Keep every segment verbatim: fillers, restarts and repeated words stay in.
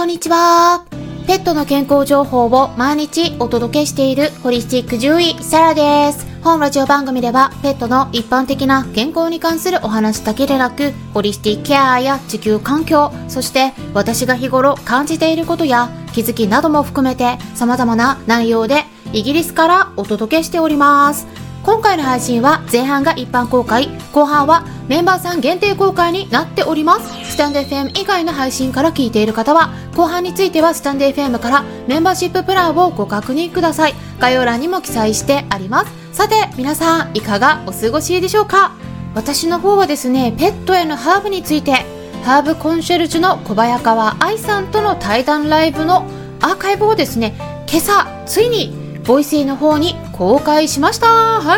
こんにちは。ペットの健康情報を毎日お届けしているホリスティック獣医サラです。本ラジオ番組ではペットの一般的な健康に関するお話だけでなく、ホリスティックケアや地球環境、そして私が日頃感じていることや気づきなども含めて様々な内容でイギリスからお届けしております。今回の配信は前半が一般公開、後半はメンバーさん限定公開になっております。スタンド エフエム 以外の配信から聞いている方は、後半についてはスタンド エフエム からメンバーシッププランをご確認ください。概要欄にも記載してあります。さて皆さんいかがお過ごしでしょうか。私の方はですね、ペットへのハーブについてハーブコンシェルジュの小早川愛さんとの対談ライブのアーカイブをですね、今朝ついにボイシーの方に公開しました。はい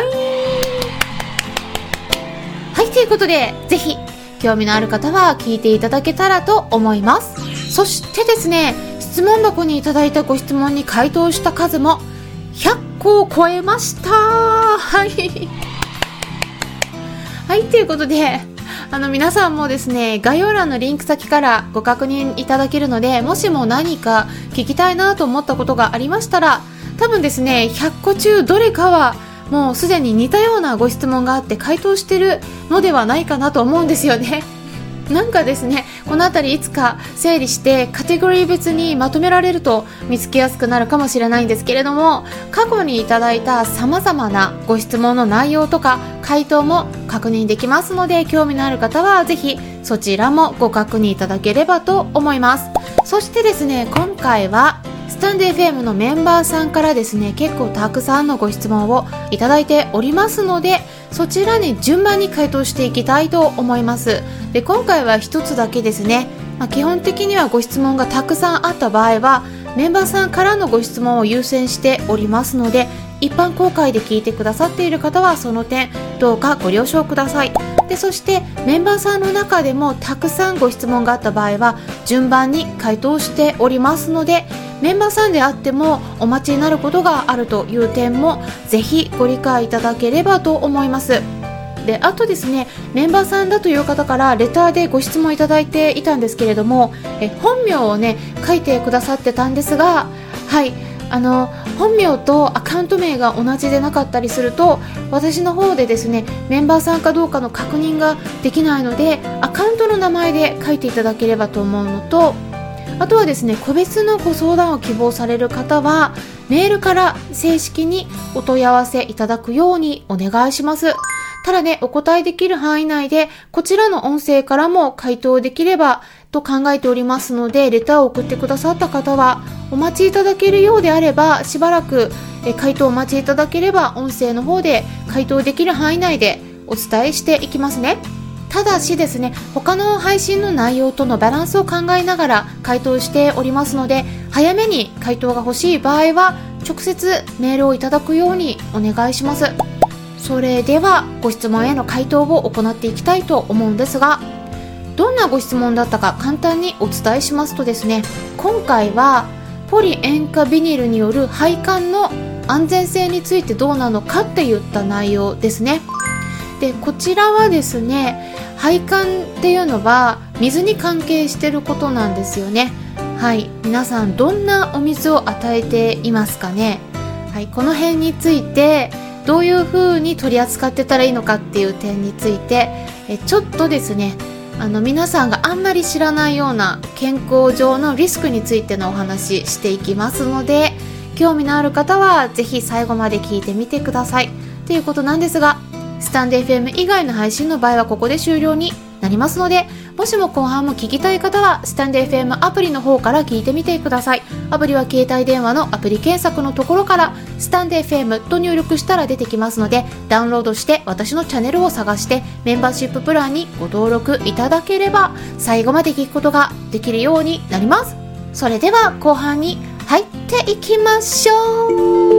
はい、ということでぜひ興味のある方は聞いていただけたらと思います。そしてですね、質問箱にいただいたご質問に回答した数もひゃっこを超えました。はいはい、ということであの皆さんもですね、概要欄のリンク先からご確認いただけるので、もしも何か聞きたいなと思ったことがありましたら、多分ですね、ひゃっこ中どれかはもうすでに似たようなご質問があって回答してるのではないかなと思うんですよね。なんかですね、このあたりいつか整理してカテゴリー別にまとめられると見つけやすくなるかもしれないんですけれども、過去にいただいた様々なご質問の内容とか回答も確認できますので、興味のある方はぜひそちらもご確認いただければと思います。そしてですね、今回はスタンド エフエム のメンバーさんからですね、結構たくさんのご質問をいただいておりますので、そちらに順番に回答していきたいと思います。で、今回は一つだけですね、まあ、基本的にはご質問がたくさんあった場合はメンバーさんからのご質問を優先しておりますので、一般公開で聞いてくださっている方はその点どうかご了承ください。で、そしてメンバーさんの中でもたくさんご質問があった場合は順番に回答しておりますので、メンバーさんであってもお待ちになることがあるという点もぜひご理解いただければと思います。で、あとですね、メンバーさんだという方からレターでご質問いただいていたんですけれども、え本名をね書いてくださってたんですが、はい、あの本名とアカウント名が同じでなかったりすると、私の方でですね、メンバーさんかどうかの確認ができないので、アカウントの名前で書いていただければと思うのと、あとはですね、個別のご相談を希望される方はメールから正式にお問い合わせいただくようにお願いします。ただね、お答えできる範囲内でこちらの音声からも回答できればと考えておりますので、レターを送ってくださった方はお待ちいただけるようであれば、しばらくえ回答をお待ちいただければ音声の方で回答できる範囲内でお伝えしていきますね。ただしですね、他の配信の内容とのバランスを考えながら回答しておりますので、早めに回答が欲しい場合は直接メールをいただくようにお願いします。それではご質問への回答を行っていきたいと思うんですが、どんなご質問だったか簡単にお伝えしますとですね、今回はポリ塩化ビニルによる配管の安全性についてどうなのかっていった内容ですね。で、こちらはですね、配管っていうのは水に関係していることなんですよね。はい、皆さんどんなお水を与えていますかね。はい、この辺についてどういう風に取り扱ってたらいいのかっていう点について、えちょっとですね、あの皆さんがあんまり知らないような健康上のリスクについてのお話していきますので、興味のある方はぜひ最後まで聞いてみてくださいということなんですが、スタンド エフエム 以外の配信の場合はここで終了になりますので、もしも後半も聞きたい方はスタンド エフエム アプリの方から聞いてみてください。アプリは携帯電話のアプリ検索のところからスタンド エフエム と入力したら出てきますので、ダウンロードして私のチャンネルを探してメンバーシッププランにご登録いただければ最後まで聞くことができるようになります。それでは後半に入っていきましょう。